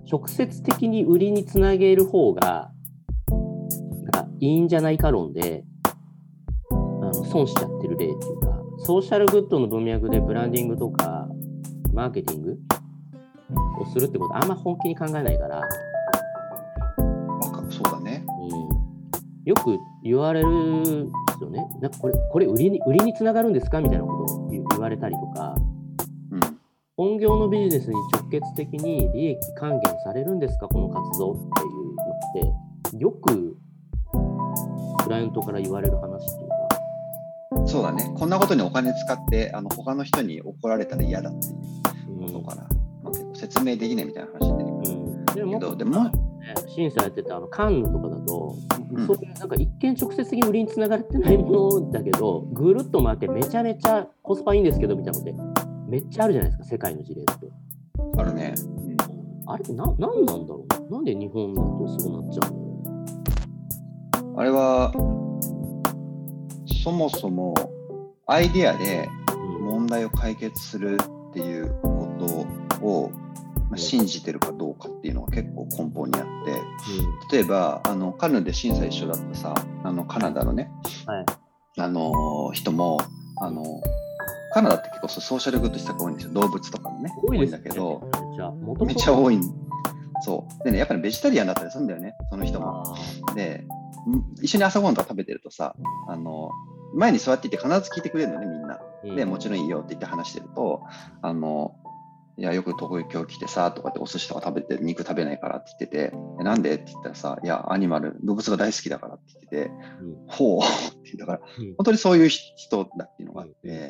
直接的に売りにつなげる方がなんかいいんじゃないか論で損しちゃってる例っていうか、ソーシャルグッドの文脈でブランディングとかマーケティングをするってことあんま本気に考えないから、 そうだね、 よく言われるんですよね。なんかこれ売りにつながるんですかみたいなことを言われたりとか、本業のビジネスに直結的に利益還元されるんですかこの活動っていうのってよくクライアントから言われる話っていうか。 そうだね、こんなことにお金使って他の人に怒られたら嫌だっていうことかな、結構説明できないみたいな話出てくるけど、でも審査やってたカンヌとかだと、そういうなんか一見直接的に売りにつながってないものだけどぐるっと回ってめちゃめちゃコスパいいんですけどみたいなのってめっちゃあるじゃないですか、世界の事例って。 あるね。 あれなんなんだろう、なんで日本だとそうなっちゃうの？ あれはそもそもアイデアで問題を解決するっていうことを信じてるかどうかっていうのが結構根本にあって、例えばカンヌで審査一緒だったさ、カナダのね、人もカナダって結構ソーシャルグッド施策多いんですよ。動物とかもね多いんだけど、めっちゃ多い。そうでね、やっぱりベジタリアンだったりするんだよね、その人も。で一緒に朝ごはんとか食べてるとさ、前に座っていて必ず聞いてくれるのね、みんな。でもちろんいいよって言って話してると、いやよく東京来てさとかってお寿司とか食べて肉食べないからって言ってて、なんでって言ったらさ、いや動物が大好きだからって言ってて、ほうってだから本当にそういう人だっていうのがあって、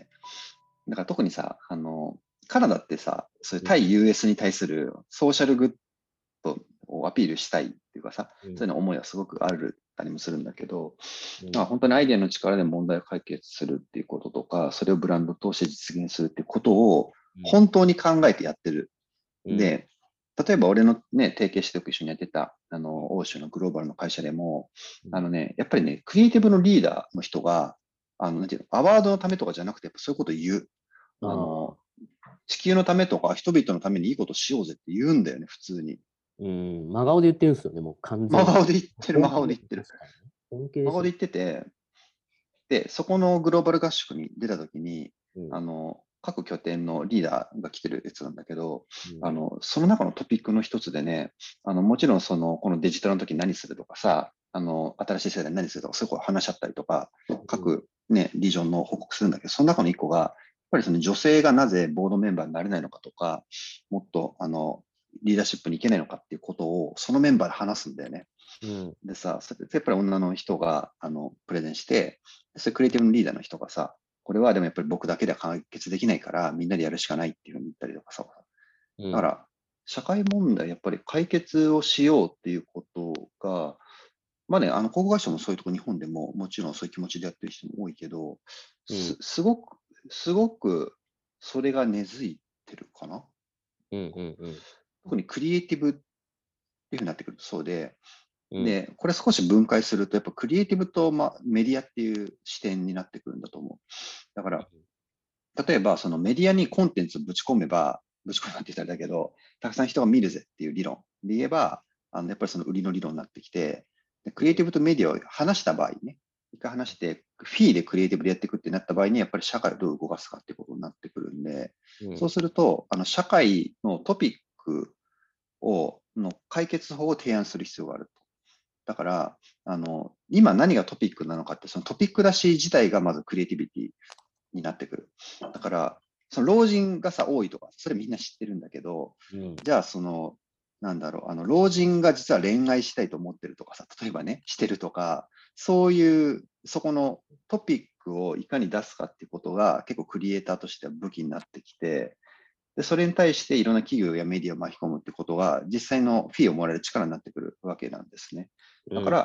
だから特にさカナダってさ、そういう対 US に対するソーシャルグッドをアピールしたいっていうかさ、そういうの思いはすごくあるたりもするんだけど、本当にアイデアの力で問題を解決するっていうこととか、それをブランドとして実現するっていうことを本当に考えてやってる。で、例えば俺のね、提携してよく一緒にやってた、欧州のグローバルの会社でも、やっぱりね、クリエイティブのリーダーの人が、なんていうの、アワードのためとかじゃなくて、そういうことを言う。地球のためとか人々のためにいいことしようぜって言うんだよね、普通に。 真顔で言ってるんですよね、もう完全に。 真顔で言ってる。真顔で言ってて、で、そこのグローバル合宿に出たときに、各拠点のリーダーが来てるやつなんだけど、その中のトピックの一つでね、もちろんこのデジタルの時に何するとかさ、新しい世代に何するとか、そういうこと話し合ったりとか、各ね、リージョンの報告するんだけど、その中の一個が、やっぱりその女性がなぜボードメンバーになれないのかとか、もっとリーダーシップに行けないのかっていうことを、そのメンバーで話すんだよね。でさ、やっぱり女の人がプレゼンして、それクリエイティブのリーダーの人がさ、これはでもやっぱり僕だけでは解決できないからみんなでやるしかないっていうふうに言ったりとかさ、だから社会問題やっぱり解決をしようっていうことが、まあね、考古学者もそういうとこ日本でももちろんそういう気持ちでやってる人も多いけど、すごくそれが根付いてるかな。特にクリエイティブっていうふうになってくるとそうで、で、これ少し分解すると、やっぱクリエイティブと、メディアっていう視点になってくるんだと思う。だから、例えばそのメディアにコンテンツをぶち込めばって言ったらだけど、たくさん人が見るぜっていう理論で言えば、やっぱりその売りの理論になってきて、クリエイティブとメディアを話した場合ね、一回話して、フィーでクリエイティブでやっていくってなった場合に、やっぱり社会をどう動かすかっていうことになってくるんで、そうすると、社会のトピックの解決法を提案する必要があると。だから、今何がトピックなのかって、そのトピック出し自体がまずクリエイティビティになってくる。だから、その老人がさ、多いとか、それみんな知ってるんだけど、じゃあ老人が実は恋愛したいと思ってるとかさ、例えばね、してるとか、そういう、そこのトピックをいかに出すかっていうことが結構クリエイターとしては武器になってきて、でそれに対していろんな企業やメディアを巻き込むってことが実際のフィーをもらえる力になってくるわけなんですね。だから、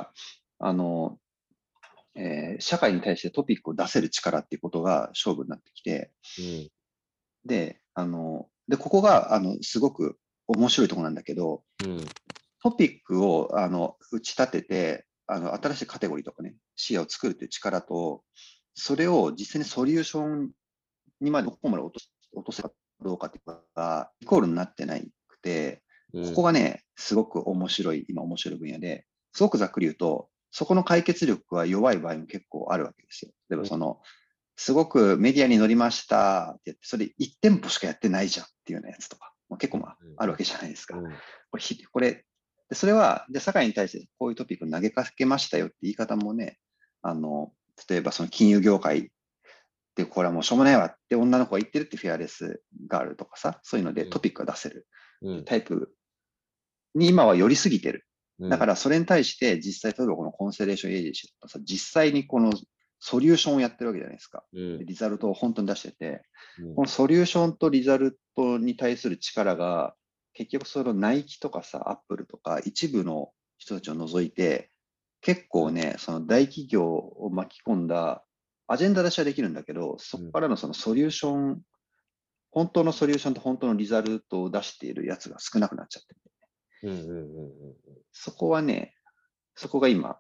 社会に対してトピックを出せる力っていうことが勝負になってきて、で、ここがすごく面白いところなんだけど、トピックを打ち立てて新しいカテゴリーとかね、視野を作るという力と、それを実際にソリューションにまでどこまで落とせばどうかっていうのがイコールになってなくて、ここがね、 すごく面白い分野で、すごくざっくり言うと、そこの解決力は弱い場合も結構あるわけですよ。例えばすごくメディアに載りましたって言って、それ1店舗しかやってないじゃんっていうようなやつとか、結構あるわけじゃないですか。これ、それは、で、酒井に対してこういうトピック投げかけましたよって言い方もね、例えばその金融業界で、これはもうしょうもないわって女の子が言ってるってフェアレスガールとかさ、そういうのでトピックが出せるタイプに今は寄りすぎてる。だからそれに対して実際、例えばこのコンセレーションエージェンシーとかさ、実際にこのソリューションをやってるわけじゃないですか。リザルトを本当に出してて、このソリューションとリザルトに対する力が、結局そのナイキとかさ、アップルとか一部の人たちを除いて、結構ね、その大企業を巻き込んだアジェンダ出しはできるんだけど、そこからのそのソリューション、本当のソリューションと本当のリザルトを出しているやつが少なくなっちゃってる。そこはね、そこが今、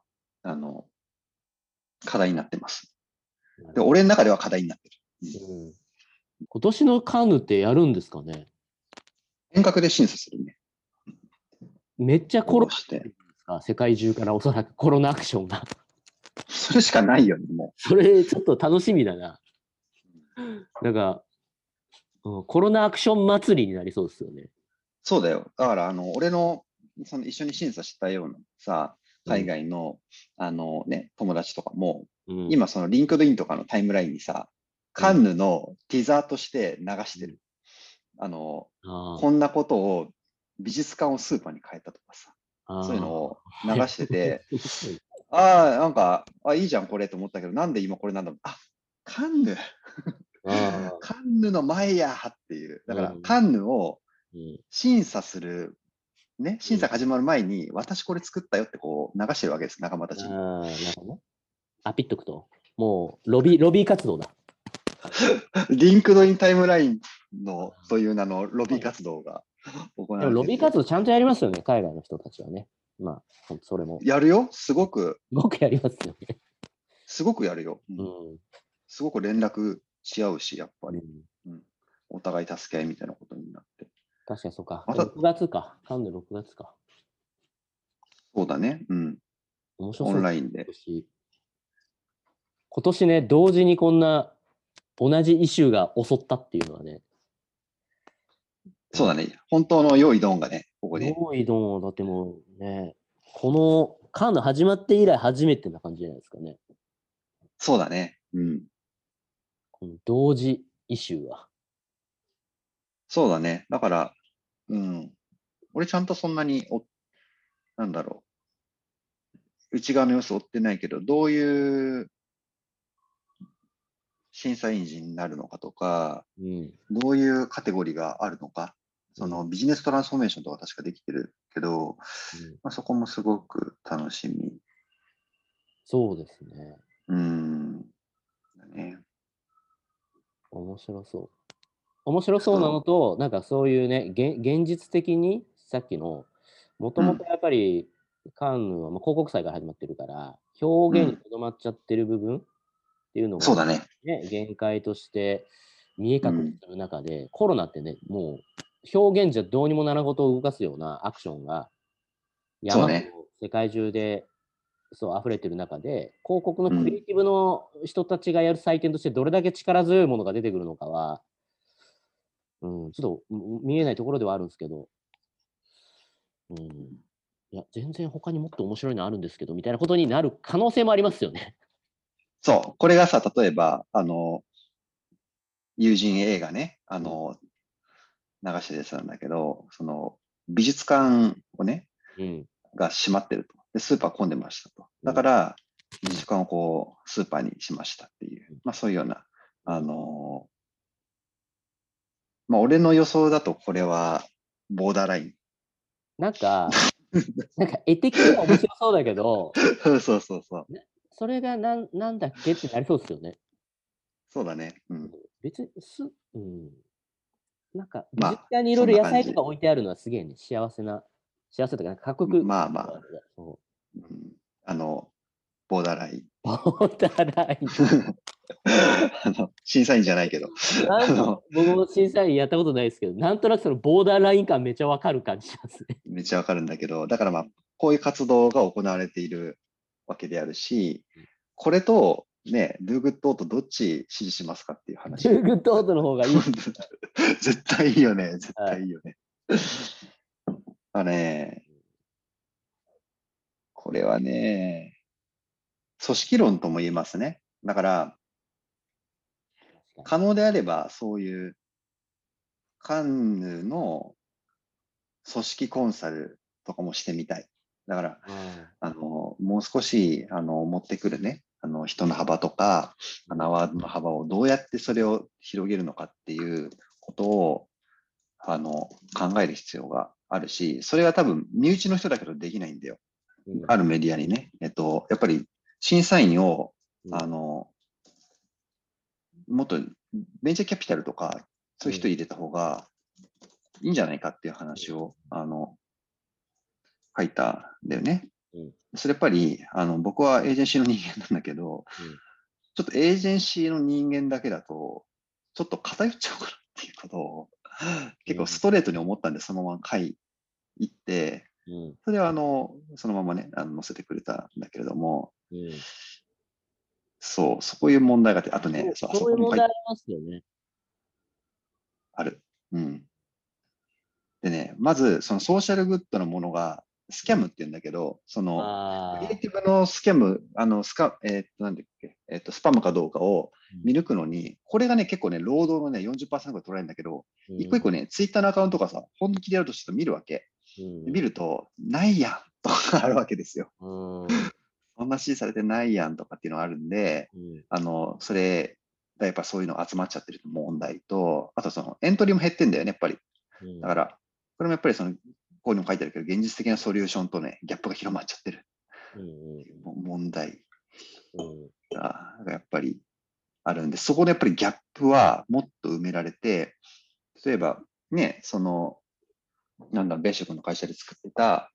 課題になってます。で、俺の中では課題になってる。 今年のカンヌってやるんですかね？ 遠隔で審査するね。 めっちゃコロナしてるんですか？世界中からおそらくコロナアクションが。 それしかないよね、もう。 それちょっと楽しみだな。なんか、コロナアクション祭りになりそうですよね。 そうだよ。だから俺の一緒に審査したようなさ、海外の、友達とかも、今そのリンクドインとかのタイムラインにさ、カンヌのティザーとして流してる。こんなことを美術館をスーパーに変えたとかさ、そういうのを流してて、なんか、いいじゃんこれと思ったけど、なんで今これなんだろう。カンヌカンヌの前やっていう。だから、カンヌを審査する、ね、審査が始まる前に、私これ作ったよってこう流してるわけです、仲間たちに。 なるほど。ピッとくと。もうロビー活動だ。 リンクドインタイムラインのという名のロビー活動が行われてる。 でもロビー活動ちゃんとやりますよね、海外の人たちはね。まあ、それも。 やるよ、すごくやりますよね。 すごくやるよ。すごく連絡し合うし、やっぱり。お互い助け合いみたいなことになって。 確かにそうか。6月か。カンヌ6月か。 そうだね。 面白そう。 オンラインで。 今年ね、同時にこんな同じイシューが襲ったっていうのはね。 そうだね。本当の用意ドンがね、ここで。 用意ドンはだってもうね、このカンヌ始まって以来初めてな感じじゃないですかね。 そうだね。 この同時イシューは。 そうだね。だから、俺ちゃんとそんなになんだろう。内側の様子追ってないけど、どういう審査員陣になるのかとか、どういうカテゴリーがあるのか、そのビジネストランスフォーメーションとか確かできてるけど、そこもすごく楽しみ。 そうですね。 ね。 面白そう。面白そうなのと、なんかそういうね、現実的にさっきの、もともとやっぱりカンヌは、広告祭から始まってるから、表現にとどまっちゃってる部分っていうのが、 そうだね。 限界として見え隠れする中で、コロナってね、もう表現じゃどうにもならんことを動かすようなアクションが、山ほど世界中で溢れてる中で、広告のクリエイティブの人たちがやる祭典としてどれだけ力強いものが出てくるのかは、ちょっと見えないところではあるんですけど、いや、全然他にもっと面白いのあるんですけど、みたいなことになる可能性もありますよね。 そう、これがさ、例えば、友人 A がね、流してるやつなんだけど、その、美術館をね、が閉まってると。で、スーパー混んでましたと。だから、美術館をこう、スーパーにしましたっていう、そういうような、俺の予想だとこれは、ボーダーライン。 なんか絵的には面白そうだけど、 そう。 それがなんだっけってなりそうですよね。 そうだね。 別になんか美術館にいろいろ野菜とか置いてあるのはすげえね、幸せとか、かっこよく。 ボーダーライン。 ボーダーライン。 審査員じゃないけど。 僕も審査員やったことないですけど、なんとなくそのボーダーライン感めちゃわかる感じしますね。 めっちゃわかるんだけど、だからまあ、こういう活動が行われているわけであるし、これと、ね、ドゥーグッドとどっち支持しますかっていう話。 ドゥーグッドオートの方がいい。 絶対いいよね、絶はい、 対いいよね。これはね、組織論とも言えますね。だから、可能であれば、そういうカンヌの組織コンサルとかもしてみたい。だから、もう少し、持ってくるね、人の幅とか、アワードの幅をどうやってそれを広げるのかっていうことを、考える必要があるし、それは多分、身内の人だけどできないんだよ。あるメディアにね。やっぱり、審査員を、もっとベンチャーキャピタルとか、そういう人入れた方がいいんじゃないかっていう話を、書いたんだよね。それやっぱり、僕はエージェンシーの人間なんだけど、ちょっとエージェンシーの人間だけだと、ちょっと偏っちゃうからっていうことを、結構ストレートに思ったんで、そのまま書いて、それはそのままね、載せてくれたんだけれども、そういう問題があって、あとね、 そういう問題ありますよね。 ある。でね、まず、そのソーシャルグッドのものが、スキャムって言うんだけど、その、クリエイティブのスキャム、なんだっけ、スパムかどうかを見抜くのに、これがね、結構ね、労働のね、40%ぐらい取られるんだけど、一個一個ね、ツイッターのアカウントとかさ、本気でやるとして見るわけ。見ると、ないやんとかあるわけですよ。そんな指示されてないやんとかっていうのがあるんで、それ、やっぱそういうの集まっちゃってる問題と、あとそのエントリーも減ってんだよね、やっぱり。だから、これもやっぱりその、ここにも書いてあるけど、現実的なソリューションとね、ギャップが広まっちゃってる。問題がやっぱりあるんで、そこでやっぱりギャップはもっと埋められて、例えば、ね、その、米食の会社で作ってた、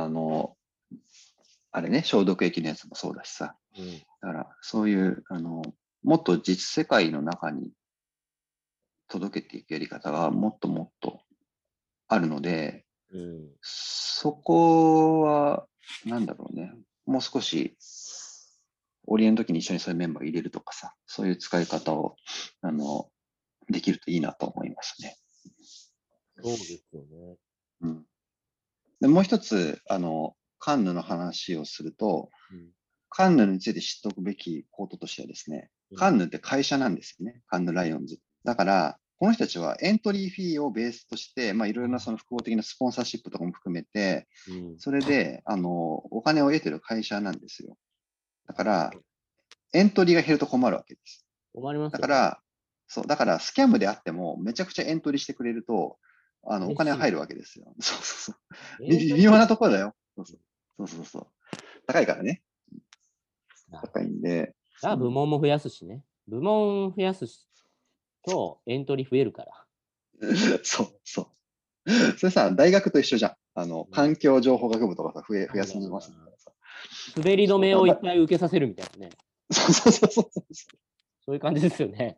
あれね、消毒液のやつもそうだしさ。だから、そういう、もっと実世界の中に届けていくやり方がもっともっとあるので、そこは、なんだろうね、もう少し、オリエント時に一緒にそういうメンバー入れるとかさ、そういう使い方を、できるといいなと思いますね。 そうですよね。 でもう一つ、カンヌの話をすると、カンヌについて知っておくべきこととしてはですね、カンヌって会社なんですよね、カンヌライオンズ。だから、この人たちはエントリーフィーをベースとして、まあ、いろいろなその複合的なスポンサーシップとかも含めて、それで、お金を得てる会社なんですよ。だから、エントリーが減ると困るわけです。 困りますよ。 だから、スキャムであっても、めちゃくちゃエントリーしてくれると、お金が入るわけですよ。そう。微妙なところだよ。そう。高いからね。高いんで。 部門も増やすしね。部門増やすとエントリー増えるから。 そう。それさ、大学と一緒じゃん。環境情報学部とかさ、増やしにますからさ。 滑り止めをいっぱい受けさせるみたいなね。 そう。 そういう感じですよね。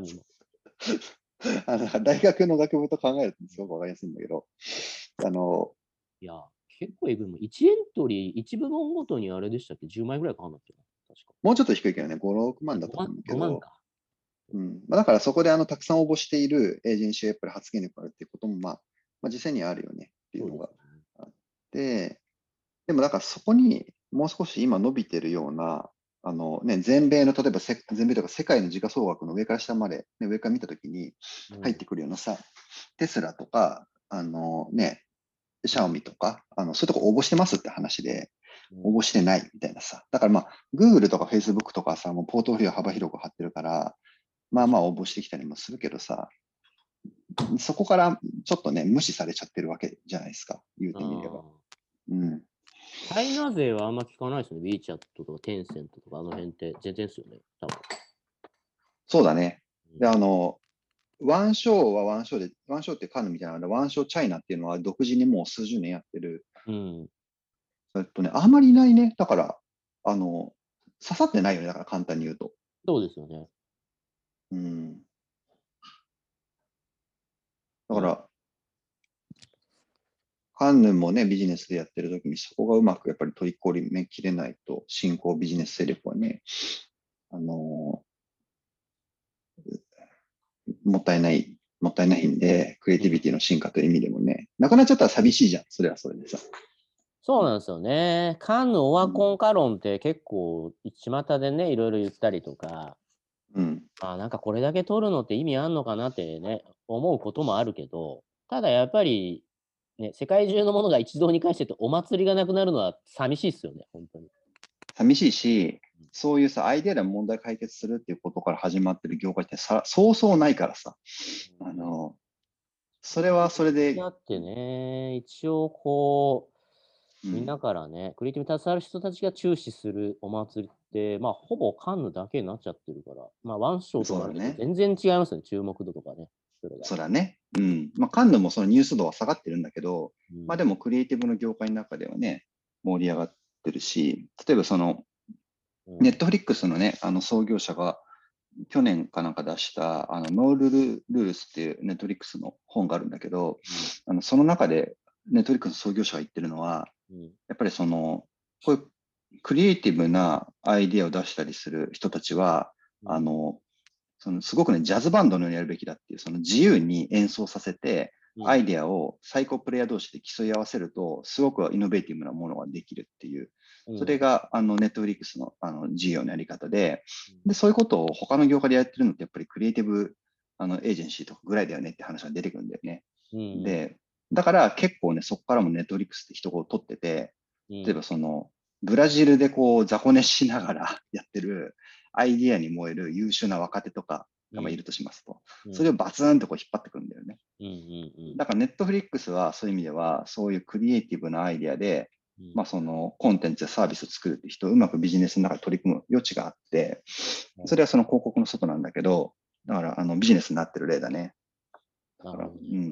大学の学部と考えるとすごくわかりやすいんだけど、 いや、結構えぐいもん。1エントリー、1部門ごとにあれでしたっけ ?10 万円ぐらいかかんなっけな。確か。 もうちょっと低いけどね、5、6万だと思うけど。 5万か。 だからそこでたくさん応募しているエージェンシーはやっぱり発言力があるっていうことも、まあ、実際にはあるよねっていうのがあって、でもだからそこにもう少し今伸びてるような、全米の、例えば全米とか世界の時価総額の上から下まで、上から見たときに入ってくるようなさ、テスラとか、シャオミとか、そういうとこ応募してますって話で、応募してないみたいなさ。だからまあ、Google とか Facebook とかさ、もうポートフォリオ幅広く貼ってるから、まあ応募してきたりもするけどさ、そこからちょっとね、無視されちゃってるわけじゃないですか、言うてみれば。 チャイナ勢はあんま聞かないですよね。WeChat とかテンセントとかあの辺って全然ですよね。多分。 そうだね。で、ワンショーはワンショーで、ワンショーってカンヌみたいなので、ワンショーチャイナっていうのは独自にもう数十年やってる。あんまりいないね。だから、刺さってないよね。だから簡単に言うと。 そうですよね。 だから、 カンヌもね、ビジネスでやってるときに、そこがうまくやっぱり取り込み切れないと、新興ビジネス勢力はね、もったいないんで、クリエイティビティの進化という意味でもね、なくなっちゃったら寂しいじゃん、それはそれでさ。 そうなんですよね。カンヌオワコンカロンって結構、巷でね、いろいろ言ったりとか、なんかこれだけ取るのって意味あんのかなってね、思うこともあるけど、ただやっぱり、ね、世界中のものが一堂に会しててお祭りがなくなるのは寂しいっすよね、本当に。 寂しいし、そういうさ、アイデアで問題解決するっていうことから始まってる業界ってそうそうないからさ、それはそれで。 だってね、一応こう、みんなからね、クリエイティブに携わる人たちが注視するお祭りって、ほぼカンヌだけになっちゃってるから、ワンショーとかで全然違いますよね、注目度とかね。 そうだね。カンヌもそのニュース度は下がってるんだけど、でもクリエイティブの業界の中ではね、盛り上がってるし、例えばその、ネットフリックスのね、創業者が去年かなんか出したノールールスっていうネットフリックスの本があるんだけど、その中でネットフリックスの創業者が言ってるのは、やっぱりその、こういうクリエイティブなアイデアを出したりする人たちは、そのすごくね、ジャズバンドのようにやるべきだっていう、その自由に演奏させて、アイデアを最高プレイヤー同士で競い合わせると、すごくイノベーティブなものができるっていう、それがネットフリックスの事業のやり方で、そういうことを他の業界でやってるのって、やっぱりクリエイティブエージェンシーとかぐらいだよねって話が出てくるんだよね。で、だから結構ね、そこからもネットフリックスって人を取ってて、例えばその、ブラジルでこう雑魚寝しながらやってるアイディアに燃える優秀な若手とかがいるとしますと、それをバツンとこう引っ張ってくるんだよね。だからネットフリックスはそういう意味では、そういうクリエイティブなアイディアで、そのコンテンツやサービスを作るって人をうまくビジネスの中で取り組む余地があって、それはその広告の外なんだけど、だからビジネスになってる例だね。だから、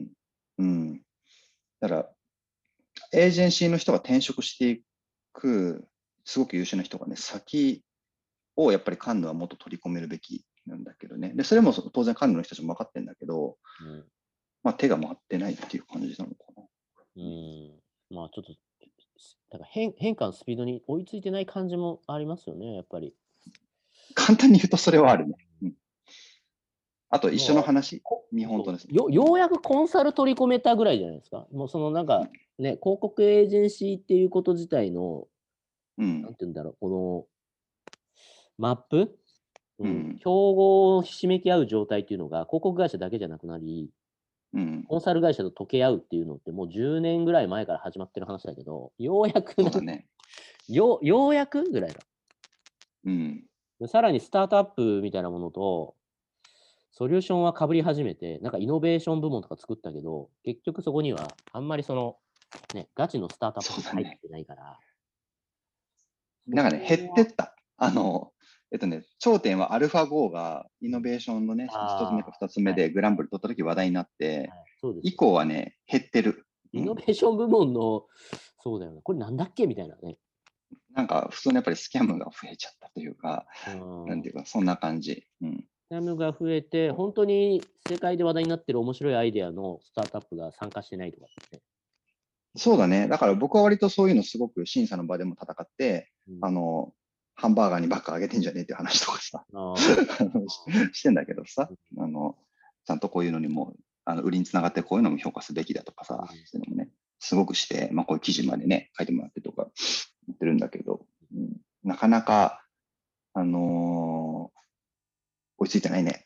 だから、エージェンシーの人が転職していく、すごく優秀な人がね、先をやっぱりカンヌはもっと取り込めるべきなんだけどね。で、それも当然カンヌの人たちも分かってるんだけど、手が回ってないっていう感じなのかな。 ちょっと、だから変化のスピードに追いついてない感じもありますよね、やっぱり。 簡単に言うとそれはあるね。あと一緒の話、日本とですね。 ようやくコンサル取り込めたぐらいじゃないですか。もうそのなんかね、広告エージェンシーっていうこと自体の、なんて言うんだろう、このマップ、競合をひしめき合う状態っていうのが広告会社だけじゃなくなり、コンサル会社と溶け合うっていうのってもう10年ぐらい前から始まってる話だけど、ようやくそうだね。 ようやくぐらいだ。さらにスタートアップみたいなものと、ソリューションはかぶり始めて、なんかイノベーション部門とか作ったけど、結局そこにはあんまりその、ね、ガチのスタートアップが入ってないから。 なんかね、減ってった。頂点はアルファ5がイノベーションのね、1つ目か2つ目でグランプリ取った時話題になって、以降はね、減ってる。 イノベーション部門の、そうだよね、これなんだっけみたいなね。 なんか普通のやっぱりスキャムが増えちゃったというか、なんていうか、そんな感じ。 スキャムが増えて、本当に世界で話題になってる面白いアイデアのスタートアップが参加してないとかって。 そうだね。だから僕は割とそういうのすごく審査の場でも戦って、ハンバーガーにばっかあげてんじゃねえっていう話とかさ、してんだけどさ、ちゃんとこういうのにも、売りにつながってこういうのも評価すべきだとかさ、そういうのもね、すごくして、こういう記事までね、書いてもらってとか言ってるんだけど、なかなか、追いついてないね。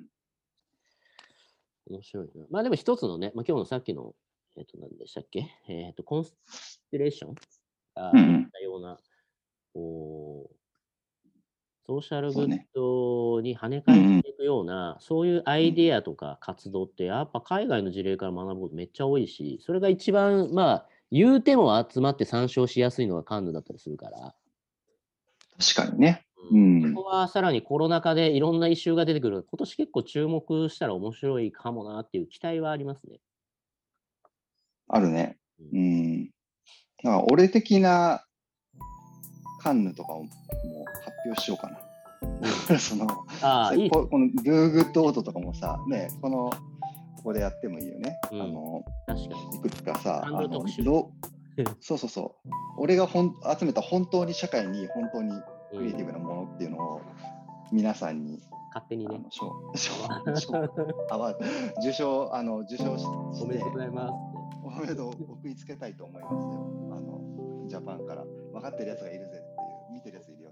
面白いな。でも一つのね、今日のさっきの、何でしたっけコンステレーションが言ったような、ソーシャルグッドに跳ね返っていくような、そういうアイデアとか活動って、やっぱ海外の事例から学ぶことめっちゃ多いし、それが一番、言うても集まって参照しやすいのがカンヌだったりするから。 確かにね。 ここはさらにコロナ禍でいろんなイシューが出てくる。今年結構注目したら面白いかもなっていう期待はありますね。 あるね。だから俺的なカンヌとかをもう発表しようかな。そのこのドゥーグッドオートとかもさ、ね、このこでやってもいいよね。 確かに。 いくつかさ、そうそうそう。俺が集めた本当に社会に本当にクリエイティブなものっていうのを皆さんに勝手にね。 受賞しておめでとうございます。 おめでとう送りつけたいと思いますよ。ジャパンから分かってるやつがいるぜっていう見てるやついる